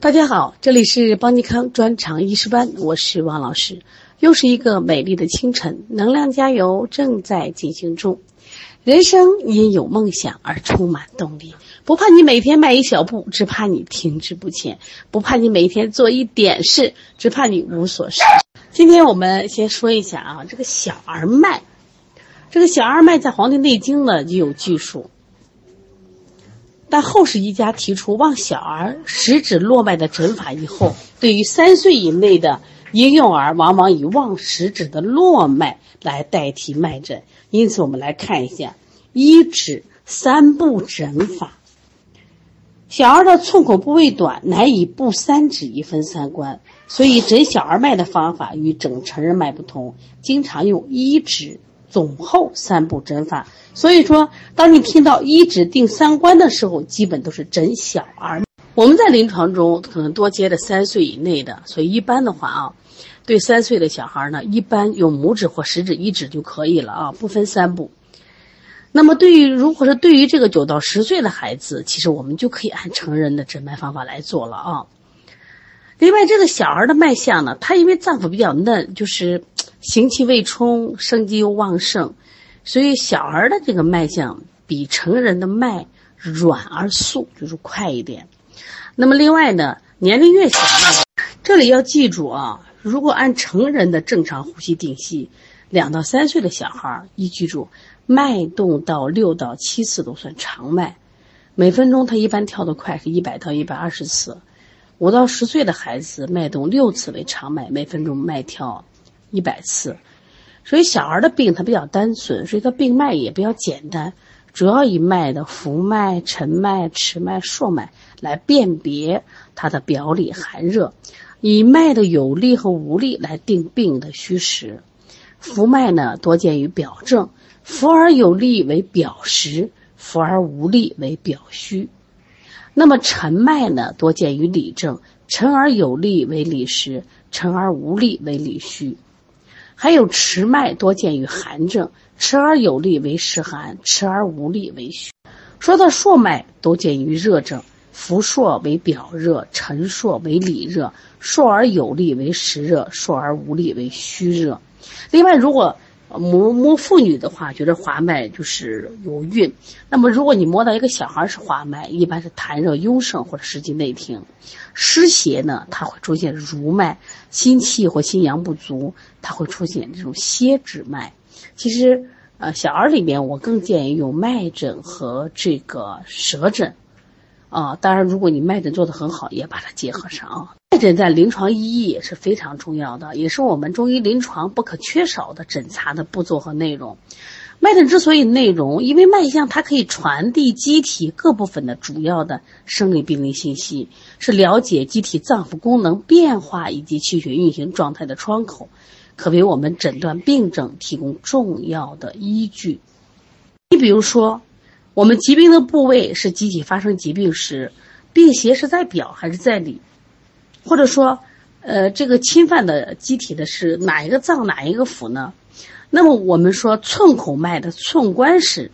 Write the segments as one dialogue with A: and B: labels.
A: 大家好，这里是邦尼康专场医师班，我是王老师。又是一个美丽的清晨，能量加油正在进行中。人生因有梦想而充满动力，不怕你每天迈一小步，只怕你停滞不前；不怕你每天做一点事，只怕你无所事事。今天我们先说一下啊，这个小儿脉。这个小儿脉在《黄帝内经》呢就有记述，但后世医家提出望小儿食指络脉的诊法以后，对于3岁以内的婴幼儿往往以望食指的络脉来代替脉诊。因此我们来看一下医指3步诊法。小儿的寸口部位短，乃以步3指一分3关，所以诊小儿脉的方法与诊成人脉不同，经常用医指总后3步诊法。所以说当你听到医指定3关的时候，基本都是诊小儿。我们在临床中可能多接的3岁以内的，所以一般的话啊，对3岁的小孩呢，一般用拇指或食指一指就可以了啊，不分3步。那么如果是对于这个9到10岁的孩子，其实我们就可以按成人的诊脉方法来做了啊。另外这个小儿的脉象呢，它因为脏腑比较嫩，就是行气未充，生机又旺盛，所以小儿的这个脉象比成人的脉软而速，就是快一点。那么另外呢，年龄越小呢，这里要记住啊，如果按成人的正常呼吸定息，2到3岁的小孩一记住，脉动到6到7次都算长脉，每分钟他一般跳得快是100到120次。5到10岁的孩子脉动6次为长脉，每分钟脉跳100次。所以小儿的病它比较单纯，所以它病脉也比较简单，主要以脉的浮脉、沉脉、迟脉、硕脉来辨别它的表里寒热，以脉的有力和无力来定病的虚实。浮脉呢多见于表证，浮而有力为表实，浮而无力为表虚。那么沉脉呢多见于里证，沉而有力为里实，沉而无力为里虚。还有迟脉多见于寒症，迟而有力为实寒，迟而无力为虚。说到硕脉多见于热症，浮硕为表热，沉硕为里热，硕而有力为实热，硕而无力为虚热。另外如果摸妇女的话，觉得滑脉就是有孕，那么如果你摸到一个小孩是滑脉，一般是痰热壅盛或者湿气内停。湿邪呢，它会出现濡脉，心气或心阳不足，它会出现这种歇止脉。其实小儿里面我更建议用脉诊和这个舌诊当然如果你脉诊做得很好，也把它结合上啊。脉诊在临床医医也是非常重要的，也是我们中医临床不可缺少的诊查的步骤和内容。脉诊之所以内容，因为脉象它可以传递机体各部分的主要的生理病理信息，是了解机体脏腑功能变化以及气血运行状态的窗口，可为我们诊断病症提供重要的依据。你比如说我们疾病的部位是机体发生疾病时，病邪是在表还是在里，或者说这个侵犯的机体的是哪一个脏哪一个腑呢？那么我们说寸口脉的寸关尺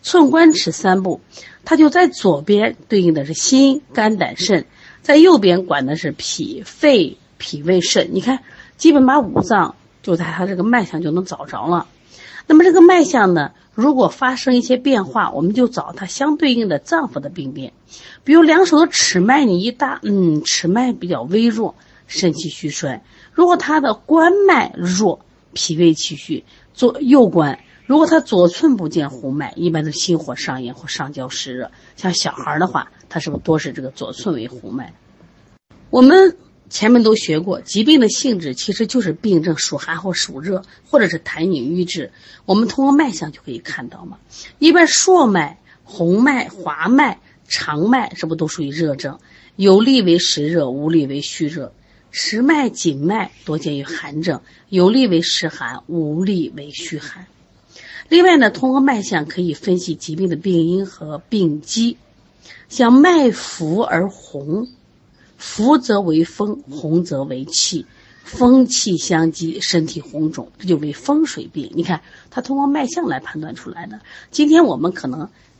A: 3步，它就在左边对应的是心肝胆肾，在右边管的是脾肺脾胃肾。你看基本把5脏就在它这个脉象就能找着了。那么这个脉象呢，如果发生一些变化，我们就找它相对应的脏腑的病变。比如两手的尺脉你一搭，尺脉比较微弱，肾气虚衰。如果它的关脉弱，脾胃气虚。右关如果它左寸部见红脉，一般都心火上炎或上焦湿热。像小孩的话，它是不是多是这个左寸为红脉？我们前面都学过，疾病的性质其实就是病症属寒或属热，或者是痰饮瘀滞，我们通过脉象就可以看到嘛。一般硕脉、红脉、滑脉、长脉是不是都属于热症？有力为实热，无力为虚热。实脉、紧脉多见于寒症，有力为实寒，无力为虚寒。另外呢，通过脉象可以分析疾病的病因和病机。像脉浮而红，浮则为风，红则为气，风气相激，身体红肿，这就为风水病。你看它通过脉象来判断出来的。今天我们可能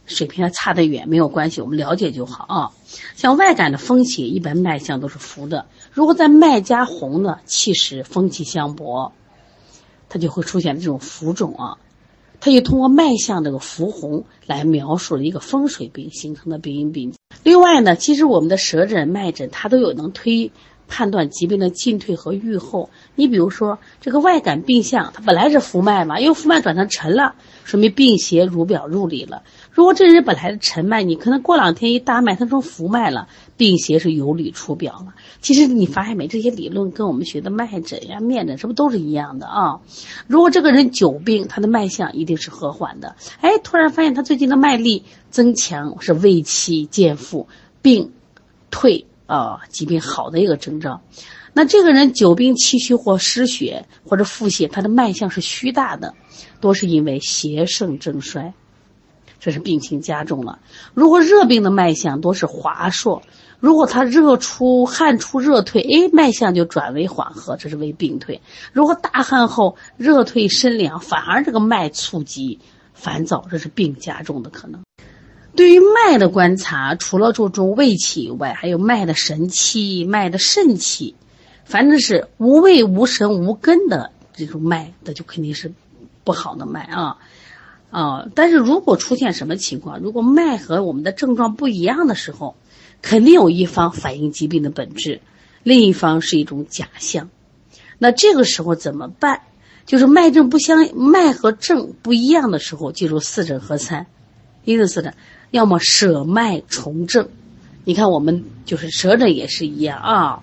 A: 水平还差得远，没有关系，我们了解就好啊。像外感的风邪，一般脉象都是浮的，如果在脉加红呢，气实风气相搏，它就会出现这种浮肿啊。它就通过脉象这个浮红来描述了一个风水病形成的病因病机。另外呢，其实我们的舌诊、脉诊它都有能判断疾病的进退和预后。你比如说这个外感病象，它本来是浮脉嘛，又浮脉转成沉了，说明病邪如表入里了。如果这人本来是沉脉，你可能过2天一大脉它成浮脉了，病邪是由里出表了。其实你发现没，这些理论跟我们学的脉诊呀、面诊是不是都是一样的啊？如果这个人久病，他的脉象一定是和缓的，突然发现他最近的脉力增强，是胃气健复，病退疾病好的一个征兆。那这个人久病气虚或失血或者腹泻，他的脉象是虚大的，多是因为邪盛正衰，这是病情加重了。如果热病的脉象多是滑硕，如果他热出汗出热退，脉象就转为缓和，这是为病退。如果大汗后热退身凉，反而这个脉促急烦躁，这是病加重的可能。对于脉的观察，除了注重胃气以外，还有脉的神气、脉的肾气，反正是无胃无神无根的这种脉，那就肯定是不好的脉但是如果出现什么情况，如果脉和我们的症状不一样的时候，肯定有一方反映疾病的本质，另一方是一种假象。那这个时候怎么办？就是脉和症不一样的时候，记住4诊合参。一是4诊，要么舍脉从症。你看我们就是舌诊也是一样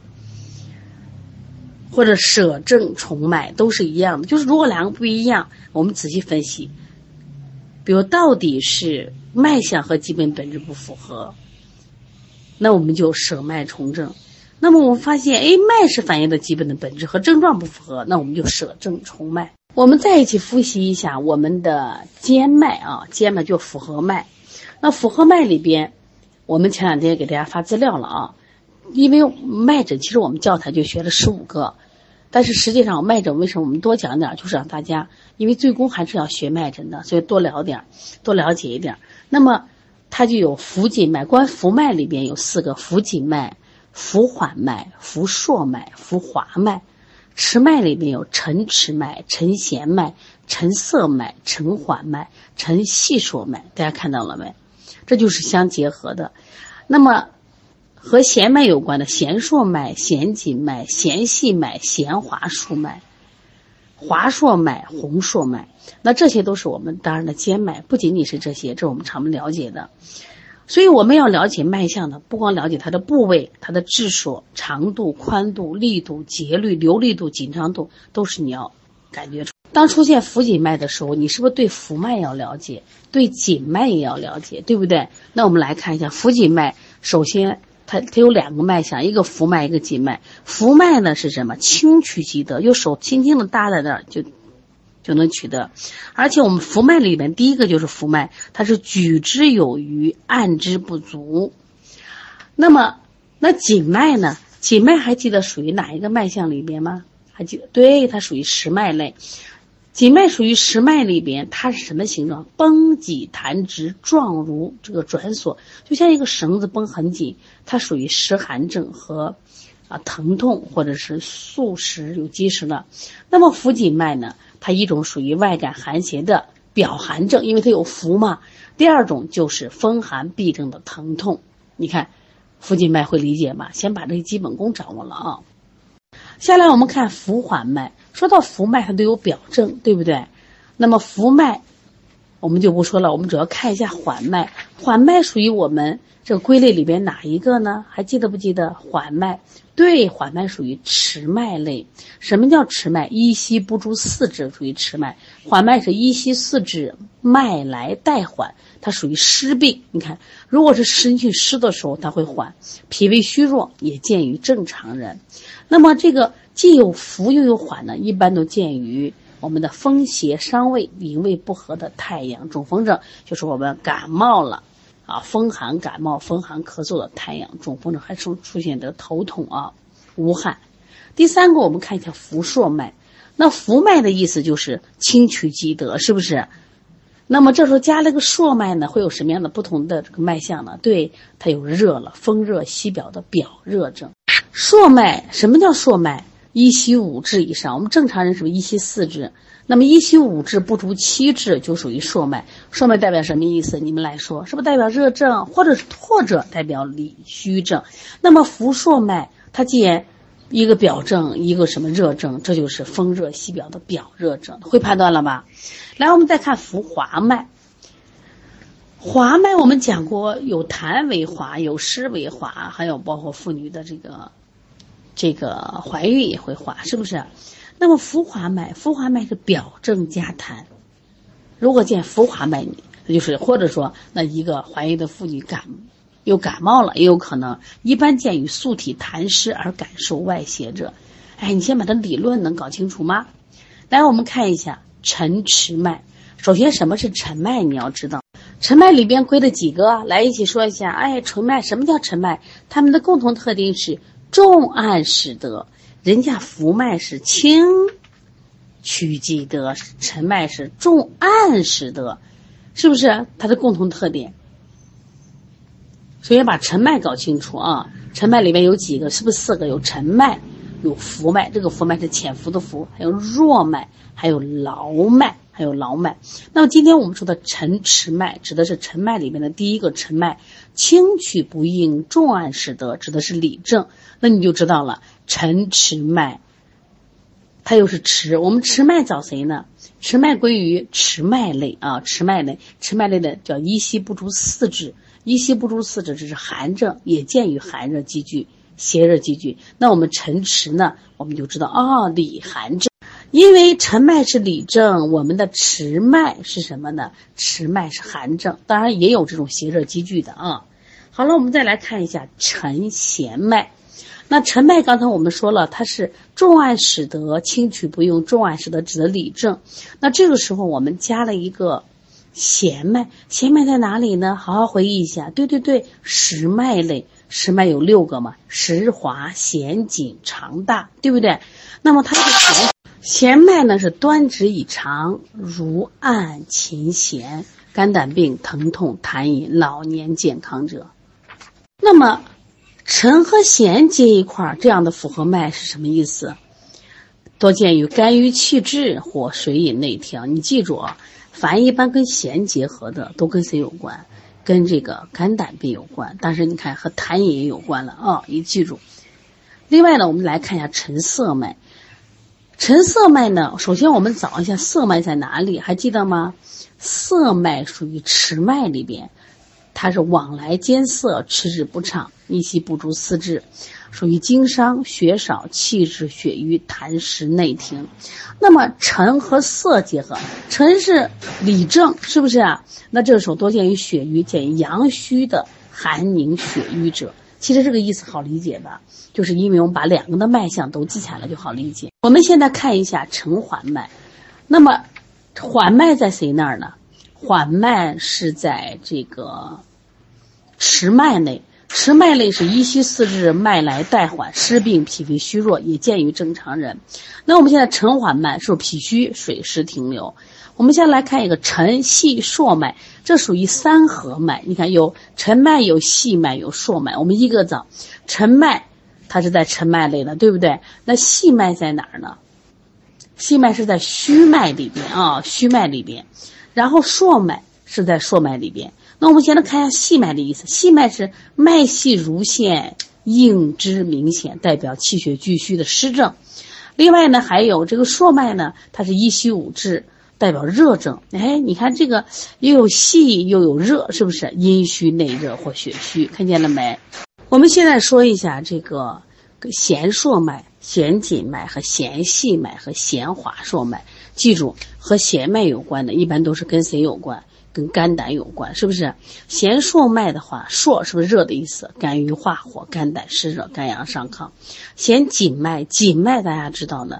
A: 或者舍症从脉都是一样的。就是如果2个不一样，我们仔细分析，比如到底是脉象和疾病本质不符合，那我们就舍脉从症。那么我们发现脉是反映的疾病的本质和症状不符合，那我们就舍症从脉。我们再一起复习一下我们的间脉间脉就符合脉。那符合脉里边，我们前2天给大家发资料了因为脉诊其实我们教材就学了15个，但是实际上脉诊为什么我们多讲点，就是让大家，因为最终还是要学脉诊的，所以多了解一点。那么它就有浮紧脉，关于浮脉里边有4个：浮紧脉、浮缓脉、浮硕脉、浮滑脉。迟脉里面有沉迟脉、沉弦脉、沉涩脉、沉缓脉、沉细硕脉，大家看到了没？这就是相结合的。那么和弦脉有关的弦硕脉、弦紧脉、弦细脉、弦滑数脉、滑硕脉、红硕脉，那这些都是我们当然的间脉，不仅仅是这些，这是我们常了解的。所以我们要了解脉象的，不光了解它的部位、它的质数、长度、宽度、力度、节律、流利度、紧张度，都是你要感觉出。当出现浮紧脉的时候，你是不是对浮脉要了解，对紧脉也要了解，对不对？那我们来看一下浮紧脉，首先它有2个脉象，一个浮脉，一个紧脉。浮脉呢是什么？轻取即得，用手轻轻的搭在那儿就能取得。而且我们浮脉里面第一个就是浮脉，它是举之有余，按之不足。那么那紧脉呢？紧脉还记得属于哪一个脉象里边吗？还记得？对，它属于实脉类。紧脉属于实脉里边，它是什么形状？绷紧弹直，状如这个转锁，就像一个绳子绷很紧。它属于实寒症和疼痛或者是宿食有积食的。那么浮紧脉呢？它一种属于外感寒邪的表寒症，因为它有浮嘛。第2种就是风寒痹症的疼痛。你看浮紧脉会理解吗？先把这个基本功掌握了下来我们看浮缓脉。说到浮脉它都有表证，对不对？那么浮脉我们就不说了，我们主要看一下缓脉。缓脉属于我们这个归类里边哪一个呢？还记得不记得缓脉？对，缓脉属于迟脉类。什么叫迟脉？依稀不住4指属于迟脉。缓脉是依稀4指，脉来带缓，它属于湿病。你看如果是身体湿的时候它会缓，脾胃虚弱也见于正常人。那么这个既有浮又有缓呢，一般都见于我们的风邪伤胃、营卫不和的太阳中风症，就是我们感冒了风寒感冒、风寒咳嗽的太阳中风症，还出现的头痛无汗。第3个我们看一下浮硕脉。那浮脉的意思就是轻取即得，是不是？ 那么这时候加了个朔脉呢，会有什么样的不同的这个脉象呢？对，它有热了，风热西表的表热症。朔脉，什么叫朔脉？一息5至以上，我们正常人是不是一息4至？那么一息5至不足7至就属于朔脉。朔脉代表什么意思？你们来说，是不是代表热症，或者代表里虚症？那么浮朔脉，它既然一个表症，一个什么热症，这就是风热西表的表热症，会判断了吧？来，我们再看浮滑脉。滑脉我们讲过，有痰为滑，有湿为滑，还有包括妇女的这个怀孕也会滑，是不是？那么浮滑脉是表症加痰。如果见浮滑脉，那就是或者说那一个怀孕的妇女感冒了，也有可能。一般见于素体痰湿而感受外邪者。你先把它理论能搞清楚吗？来，我们看一下沉池脉。首先什么是沉脉，你要知道沉脉里边归的几个，来一起说一下。沉脉，什么叫沉脉？它们的共同特点是重按始得，人家浮脉是轻取即得，沉脉是重按始得，是不是它的共同特点？首先把沉脉搞清楚啊。沉脉里面有几个？是不是4个？有沉脉，有浮脉，这个浮脉是潜伏的浮，还有弱脉，还有劳脉，那么今天我们说的沉池脉指的是沉脉里面的第一个沉脉，轻取不应，重按始得，指的是里症。那你就知道了，沉池脉它又是池，我们池脉找谁呢？池脉归于池脉类啊，池脉类的叫一息不足4至，一息不足4至这是寒症，也见于寒热积聚、邪热积聚。那我们沉池呢，我们就知道里寒症。因为沉脉是里症，我们的池脉是什么呢？池脉是寒症，当然也有这种邪热积聚的啊。好了，我们再来看一下沉弦脉。那沉脉刚才我们说了，它是重按始得，轻取不用，重按始得指的里症。那这个时候我们加了一个弦脉，弦脉在哪里呢？好好回忆一下。对，实脉类，实脉有6个嘛，实滑、弦紧、长大，对不对？那么它是弦脉呢，是端直以长，如按琴弦，肝胆病、疼痛、痰饮，老年健康者。那么沉和弦接一块，这样的复合脉是什么意思？多见于肝郁气滞或水饮内调。你记住啊，凡一般跟弦结合的都跟谁有关？跟这个肝胆病有关，但是你看和痰饮也有关了啊，你记住。另外呢，我们来看一下沉涩脉。沉涩脉呢，首先我们找一下涩脉在哪里，还记得吗？涩脉属于池脉里边，它是往来兼涩，迟滞不畅，一息不足4至，属于经伤、血少、气滞、血瘀、痰湿内停。那么沉和涩结合，沉是里症，是不是啊？那这个时候多见于血瘀，见于阳虚的寒凝血瘀者。其实这个意思好理解吧，就是因为我们把2个的脉象都记下来就好理解。我们现在看一下沉缓脉。那么缓脉在谁那儿呢？缓脉是在这个池脉内，池脉类是一息4至，脉来带缓，湿病、脾胃虚弱，也见于正常人。那我们现在沉缓脉是脾虚水湿停留。我们先来看一个沉细硕脉，这属于3合脉。你看有沉脉、有细脉、有硕脉。我们一个找沉脉，它是在沉脉类的，对不对？那细脉在哪儿呢？细脉是在虚脉里边啊，虚脉里边。然后硕脉是在硕脉里边。那我们先来看一下细脉的意思。细脉是脉细如线，硬支明显，代表气血俱虚的湿症。另外呢，还有这个硕脉呢，它是一息5至，代表热症。你看这个又有细又有热，是不是阴虚内热或血虚？看见了没？我们现在说一下这个弦硕脉、弦紧脉和弦细脉和弦滑硕脉。记住，和弦脉有关的一般都是跟谁有关？跟肝胆有关，是不是？弦硕脉的话，硕是不是热的意思？肝郁化火，肝胆湿热，肝阳上亢。弦紧脉，紧脉大家知道呢，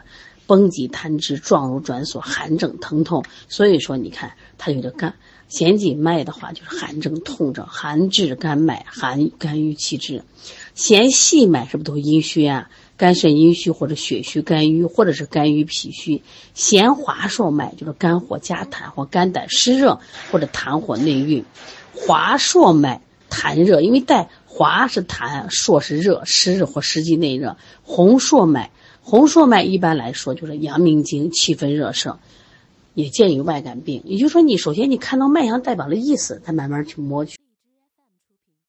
A: 绷急弹直，状如转锁，寒症疼痛。所以说你看它有的肝弦紧脉的话就是寒症痛症，寒滞肝脉，肝郁气滞。弦细脉是不是都阴虚啊？肝肾阴虚或者血虚肝郁，或者是肝郁脾虚。弦滑数脉就是肝火加痰或肝胆湿热或者痰火内郁。滑数脉痰热，因为带滑是痰，数是热，湿热或湿积内热。红数脉一般来说就是阳明经，气分热盛，也见于外感病。也就是说你首先你看到脉象代表了意思，再慢慢去摸去。